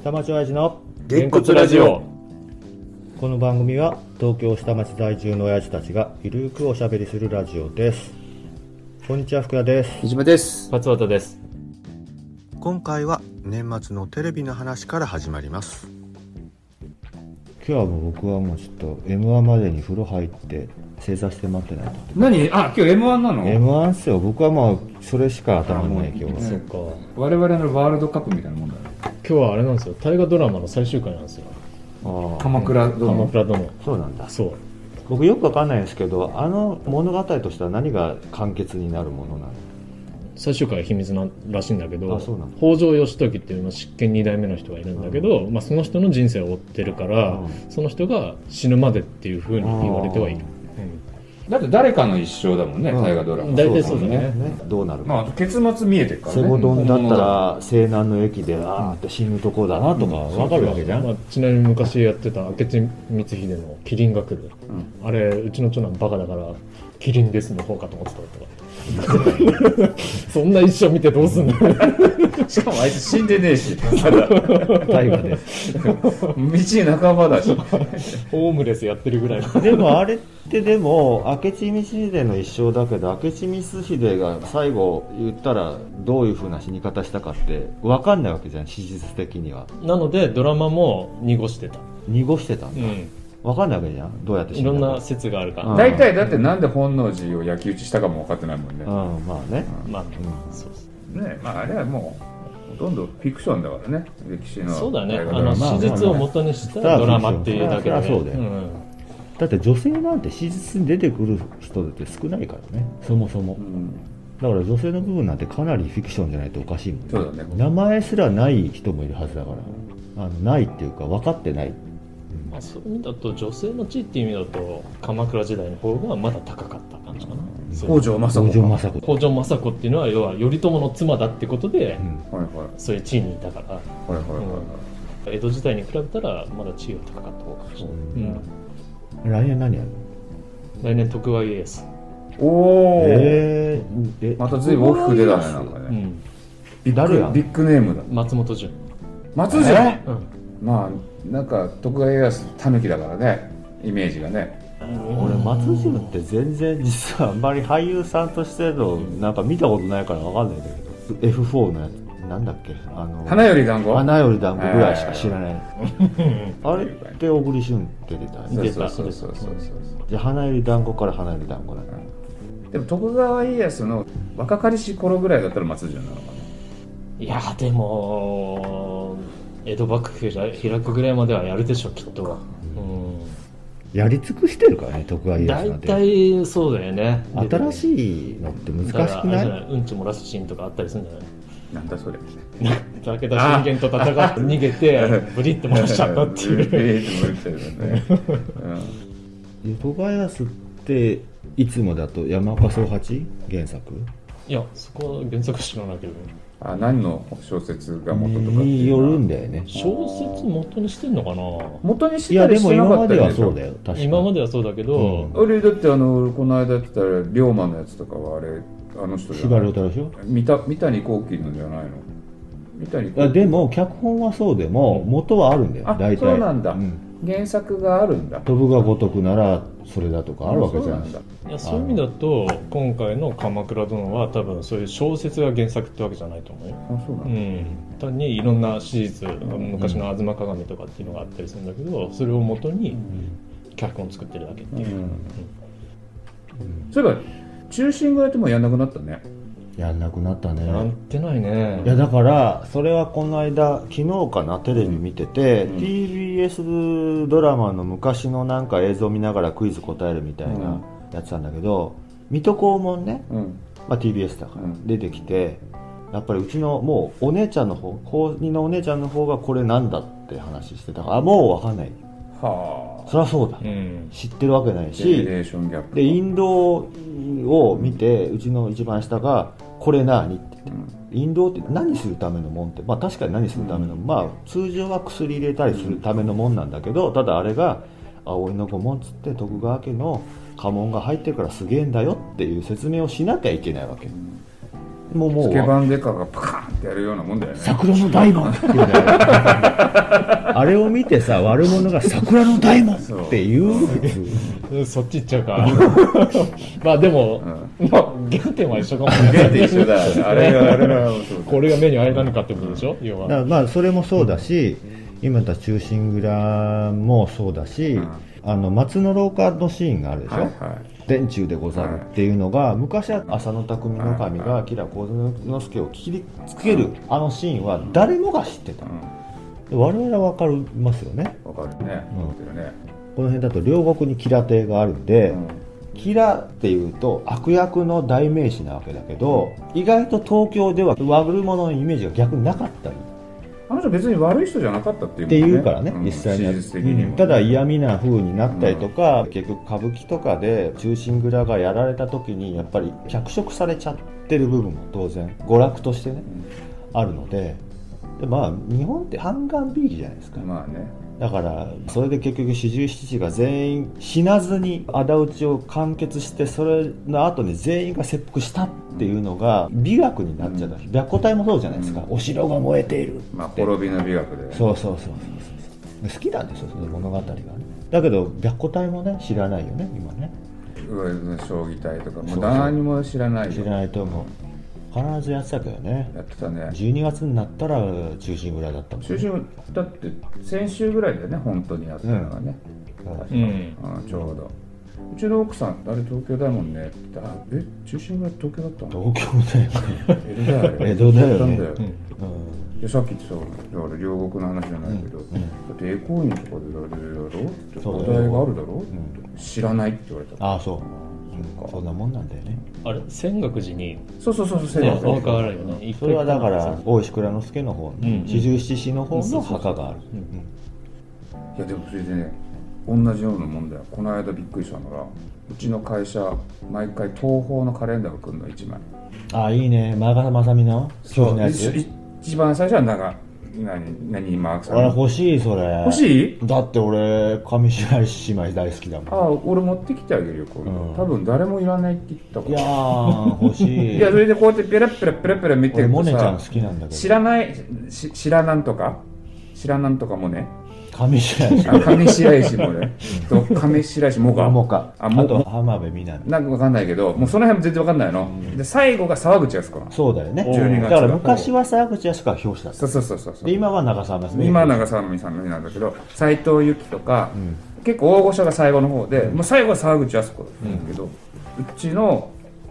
下町親父のげんこつラジオ。 この番組は東京下町在住の親父たちがゆるくおしゃべりするラジオです。こんにちは、福田です。 飯島です。 松畑です。 今回は年末のテレビの話から始まります。今日はもう僕はもうちょっと M1 までに風呂入って正座して待ってないと。 何？今日 M1 なの？ M1 っすよ。僕はまあそれしか頭にない今日は。 そっか。 我々のワールドカップみたいなもんだね。 今日はあれなんですよ。大河ドラマの最終回なんですよ。 鎌倉殿。 そうなんだ。 そう。 僕よくわかんないんですけど、あの物語としては何が完結になるものなの？ 最終回は秘密ならしいんだけど、 北条義時っていう執権2代目の人がいるんだけど、その人の人生を追ってるから、その人が死ぬまでっていう風に言われてはいる。 だって誰かの一生だもんね、大河ドラマ。 大体そうだね。 どうなるか。 あと結末見えてるからね。 セゴドンだったら西南の駅であーって死ぬとこだなとか分かるわけじゃん。 ちなみに昔やってた明智光秀のキリンが来る、あれうちの長男バカだからキリンですの方かと思ってたからそんな一生見てどうすんのしかもあいつ死んでねえし、 大河で道半ばだしホームレスやってるぐらいでもあれってでも明智光秀の一生だけど、明智光秀が最後言ったらどういう風な死に方したかって分かんないわけじゃん、史実的には。 なのでドラマも濁してたんだ、分かんないわけじゃん、どうやって死んだか。 いろんな説があるから、 大体だってなんで本能寺を焼き討ちしたかも分かってないもんね。 まあね、 そうですね。あれはもうほとんどフィクションだからね、歴史の。 そうだね、史実を元にしたドラマっていうだけで、ね、 そうだよ、だって女性なんて史実に出てくる人って少ないからね、そもそも、だから女性の部分なんてかなりフィクションじゃないとおかしいもんね。 そうだね。 名前すらない人もいるはずだから、ないっていうか分かってない。 そういう意味だと女性の地位っていう意味だと鎌倉時代の方がまだ高かった感じかな。 北条政子っていうのは要は頼朝の妻だってことで、そういう地位にいたから、江戸時代に比べたらまだ地位が高かった方かもしれない。 来年何やるの？ 来年徳川家康。 また随分大きく出たね、なんかね。 誰や？ ビッグネームだ。 松本潤。 松潤？まあなんか徳川家康タヌキだからね、イメージがね。 俺松潤って全然実はあんまり俳優さんとしてのなんか見たことないから分かんないんだけど、 F4 のやつなんだっけ、 花より団子ぐらいしか知らない。あれって小栗旬って出た。 そうじゃあ花より団子から花より団子だから。 でも徳川家康の若かりし頃ぐらいだったら松潤なのかな。 いやでも江戸幕府開くぐらいまではやるでしょきっと。 やり尽くしてるからね、徳川家康なんて。 大体そうだよね。 新しいのって難しくない？ うんち漏らすシーンとかあったりするんじゃない？ なんだそれ。 武田信玄と戦って逃げてブリッと漏らしちゃったっていう。 徳川家康っていつもだと山岡宗八原作？ いや、そこは原作知らないけど。 何の小説が元とかによるんだよね。 小説元にしてんのかな。 元にしてたりしてなかったりでしょ。 いやでも今まではそうだよ、確かに。 今まではそうだけど、 俺だってこの間やってた龍馬のやつとかはあれ人じゃない。 司馬遼太郎でしょ。 三谷幸喜のじゃないの。三谷幸喜。 でも脚本はそうでも元はあるんだよ、大体。 そうなんだ。原作があるんだ。 飛ぶが如くならそれだとかあるわけじゃない。 いや、そういう意味だと今回の鎌倉殿は多分そういう小説が原作ってわけじゃないと思うよ。 そうなんだ。 単にいろんな史実、昔の吾妻鏡とかっていうのがあったりするんだけど、それを元に脚本を作ってるだけっていう。 そういえば忠臣蔵ってもうやんなくなったね。 やんなくなったね。 やってないね。 いやだからそれはこの間昨日かな、テレビ見てて、TBS ドラマの昔のなんか映像見ながらクイズ答えるみたいなやつなんだけど、水戸黄門ね、TBS だから出てきて、やっぱりうちのもうお姉ちゃんの方、高2のお姉ちゃんの方がこれなんだって話してたから、もう分かんない。そりゃそうだ、知ってるわけないし、でインドを見てうちの一番下がこれ何って言って、インドって何するためのもんって、確かに何するための、通常は薬入れたりするためのもんなんだけど、ただあれが葵の御紋つって徳川家の家紋が入ってるからすげえんだよっていう説明をしなきゃいけないわけ。 もうスケバンデカがパカーンっってやるようなもんだよね。 桜の大門っていうねあれを見てさ、悪者が桜の大門って言うそっち行っちゃうかまあでも、まあ原点は一緒かもね。 原点一緒だよね。あれがこれが目に入らぬかってことでしょ、要は。 だからまあそれもそうだし、今言った忠臣蔵もそうだし、松の廊下のシーンがあるでしょ、 はいはい、 殿中でござるっていうのが、昔は浅野匠の神が吉良上之助を切りつけるあのシーンは誰もが知ってた、我々は分かりますよね。 分かるね、 この辺だと両国に吉良邸があるんで、吉良っていうと悪役の代名詞なわけだけど、意外と東京では悪者のイメージが逆になかったり、 あの人別に悪い人じゃなかったっていうからね、実際に、ただ嫌味な風になったりとか、結局歌舞伎とかで忠臣蔵がやられた時にやっぱり脚色されちゃってる部分も当然娯楽としてね、あるので、まあ日本って半眼美意じゃないですか。 まあね、 だからそれで結局四十七士が全員死なずに仇討ちを完結して、それの後に全員が切腹したっていうのが美学になっちゃった。白虎隊もそうじゃないですか、お城が燃えている、 まあ滅びの美学で、 そう好きなんですよ、その物語がね。だけど白虎隊もね知らないよね今ね。 将棋隊とかもう何も知らないよ。 知らないと思う。必ずやってたけどね。 やってたね。 12月になったら忠臣蔵だったもん。 忠臣だって先週ぐらいだよね、本当にやったのがね、ちょうどうちの奥さんあれ東京だもんねって言って、忠臣蔵東京だったの？ 東京だよね江戸だよね。 江戸だよね。 さっき言ってただから両国の話じゃないけど、だって栄光院とかでやるやろってお題があるだろって知らないって言われた。 ああそう、そんなもんなんだよね。 あれ泉岳寺にそう仙岳寺お墓があるよね。 それはだから大石内蔵助の方に四十七士の方の墓がある。 いやでもそれでね、同じようなもんだよ。この間びっくりしたのが、うちの会社毎回東宝のカレンダーが来るの1枚。 ああいいね、前川正美のそう一番最初は何マークさん。 あれ欲しい、それ欲しい？ だって俺上白石姉妹大好きだもん。 ああ俺持ってきてあげるよ、これ、多分誰もいらないって言ったから。 いやー欲しいいやそれでこうやってペラペラペラペラ見てるとさ、 モネちゃん好きなんだけど、 知らない知らなんとかもね、 上白石上白石もね上白石もかあと浜辺美波なんか分かんないけど、もうその辺も全然分かんないの、で最後が沢口靖子なの。 そうだよね。 12月だから昔は沢口靖子が表紙だった。 そうで今は長澤まさみ。 今は長澤まさみなんだけど、斎藤由貴とか、結構大御所が最後の方で、もう最後は沢口靖子なんだけど、うちの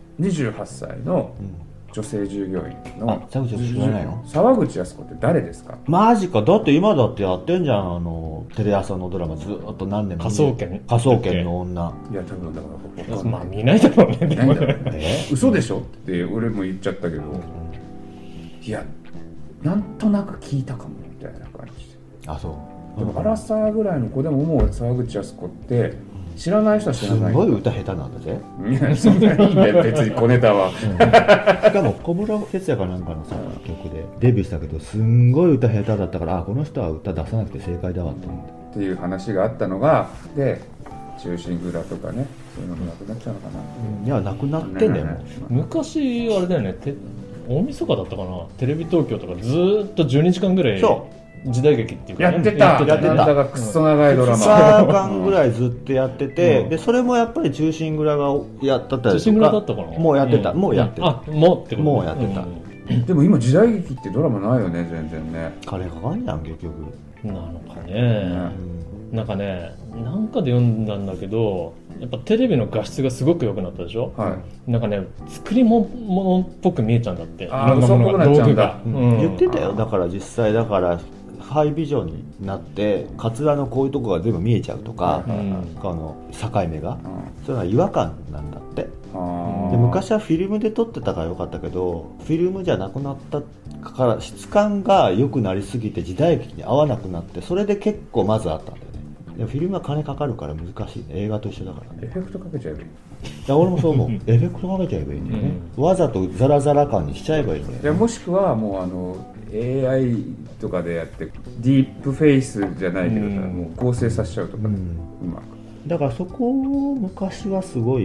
28歳の女性従業員の沢口靖子知らないの？ 沢口靖子って誰ですか？ マジか。だって今だってやってんじゃん、テレ朝のドラマずっと何年も。 科捜研の女。 いや多分だからまあ見ないだろうね。 でも嘘でしょって俺も言っちゃったけど、いやなんとなく聞いたかもみたいな感じで。 あそうでもアラサーぐらいの子でももう沢口靖子って知らない人は知らない。 すごい歌下手なんだぜ。 いやそんないいね別に小ネタは、 しかも小室哲哉かなんかのさ曲でデビューしたけど、すんごい歌下手だったから、この人は歌出さなくて正解だわと思ってっていう話があったのが、で忠臣蔵とかね、そういうのもなくなっちゃうのかな。 いやなくなってんだよ、 昔あれだよね、大晦日だったかな、テレビ東京とかずーっと12時間ぐらい時代劇っていうか、 やってたなんだかクソ長いドラマ 2日間ぐらいずっとやってて、でそれもやっぱり忠臣蔵がやったりとか、 忠臣蔵だったかな、 もうやってた、もうやってた、 あもうってこと、 もうやってた、 でも今時代劇ってドラマないよね全然ね。 金かかんやん結局。 なのかね、なんかね、なんかで読んだんだけど、やっぱテレビの画質がすごく良くなったでしょ、なんかね、作り物っぽく見えちゃうんだって、いろんなものが、道具が、 言ってたよ。だから実際だからハイビジョンになってカツラのこういうとこが全部見えちゃうとか、この境目が、それは違和感なんだって。で昔はフィルムで撮ってたからよかったけど、フィルムじゃなくなったから質感が良くなりすぎて時代劇に合わなくなって、それで結構まずあったんだよね。でもフィルムは金かかるから難しいね、映画と一緒だからね。 エフェクトかけちゃえばいい。 いや俺もそう思うエフェクトかけちゃえばいいんだよね、わざとザラザラ感にしちゃえばいいんだよね。 もしくはもうAI とかでやってディープフェイスじゃないけどさ、もう合成させちゃうとか、うまく。 だからそこを昔はすごい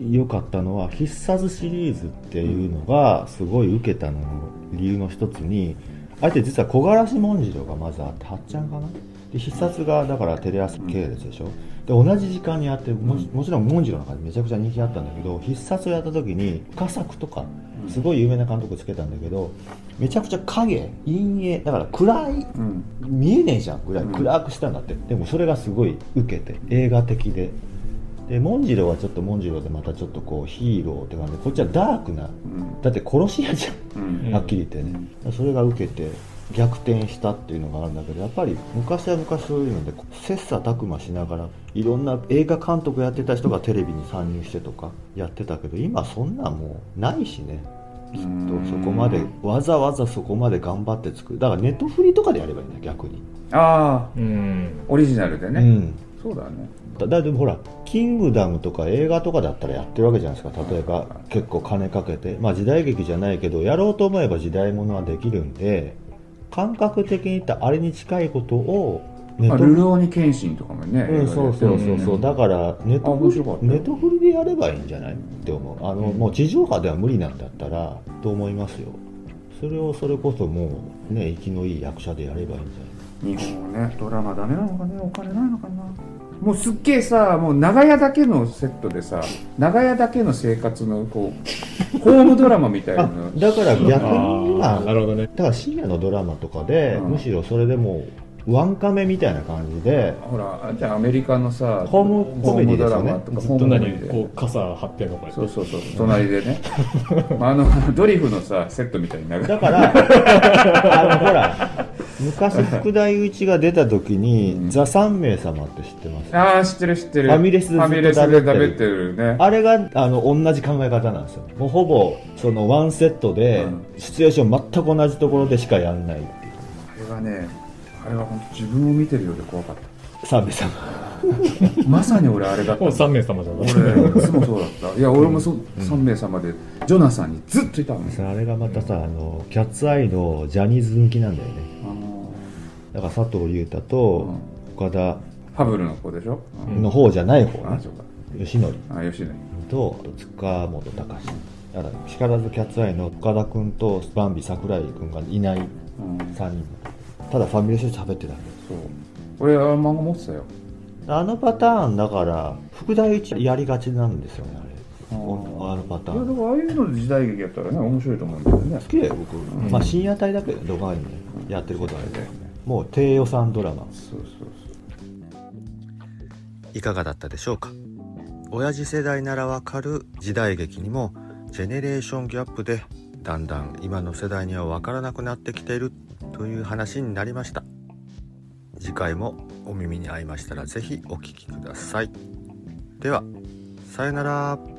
良かったのは必殺シリーズっていうのがすごい受けたのの理由の一つに、あれって実は木枯らし紋次郎がまずあって、8ちゃんかなで、必殺がだからテレ朝系列でしょ、で同じ時間にやって もちろん紋次郎の中でめちゃくちゃ人気あったんだけど、必殺をやった時に深作とかすごい有名な監督つけたんだけど、めちゃくちゃ影陰影だから暗い、見えねえじゃんぐらい暗くしたんだって。でもそれがすごい受けて映画的で、紋次郎はちょっと紋次郎でまたちょっとこうヒーローって感じで、こっちはダークな、だって殺し屋じゃん、はっきり言ってね、それが受けて逆転したっていうのがあるんだけど、やっぱり昔は昔そういうので切磋琢磨しながらいろんな映画監督やってた人がテレビに参入してとかやってたけど、今そんなもうないしね、きっとそこまでわざわざそこまで頑張って作る。だからネットフリとかでやればいいんだよ逆に。 ああ、オリジナルでね、そうだね。 だでもほらキングダムとか映画とかだったらやってるわけじゃないですか。例えば結構金かけて、まあ時代劇じゃないけどやろうと思えば時代物はできるんで、感覚的に言ったあれに近いことをルローニケンシンとかもね、 そう、だからネットフリでやればいいんじゃないって思う。もう地上波では無理なんだったらと思いますよ。それこそもうね、生きのいい役者でやればいいんじゃない。 日本ね、ドラマダメなのかね、お金ないのかな。もうすっげえさ、もう長屋だけのセットでさ、長屋だけの生活のこうホームドラマみたいなだから逆になるほどね。 だから深夜のドラマとかで、むしろそれでもワンカメみたいな感じで、 ほらじゃあアメリカのさホームコメディですよね。 ずっと何こう傘張ってんのこれ。 そう隣でねドリフのさセットみたいになる。 だからほら昔福田雄一が出た時に、ザ3名様って知ってます？ ああ知ってる。ファミレスでずっと食べてるね。あれが同じ考え方なんですよ。もうほぼそのワンセットで、シチュエーション全く同じところでしかやんないっていう。 あれは本当自分を見てるようで怖かった。 3名様まさに俺あれだった。 もう3名様じゃない。 俺いつもそうだった。いや俺も3名様でジョナサンにずっといたもん。 あれがまたさ、キャッツアイのジャニーズ向きなんだよね。だから佐藤隆太と岡田、 ファブルの子でしょ、 の方じゃない方ね、吉典と塚本隆。だから力ずキャッツアイの岡田君とバンビ桜井君がいない3人、ただファミレスで喋ってたんだよ。 そう、俺は漫画持ってたよ。 あのパターンだから福田雄一やりがちなんですよね、あのパターン。 いやでもああいうの時代劇やったらね面白いと思うんだけどね。 好きだよ僕、まあ深夜帯だけど動画にねやってることあるんで、もう低予算ドラマ。いかがだったでしょうか。親父世代ならわかる時代劇にもジェネレーションギャップでだんだん今の世代にはわからなくなってきているという話になりました。次回もお耳に合いましたらぜひお聞きください。ではさよなら。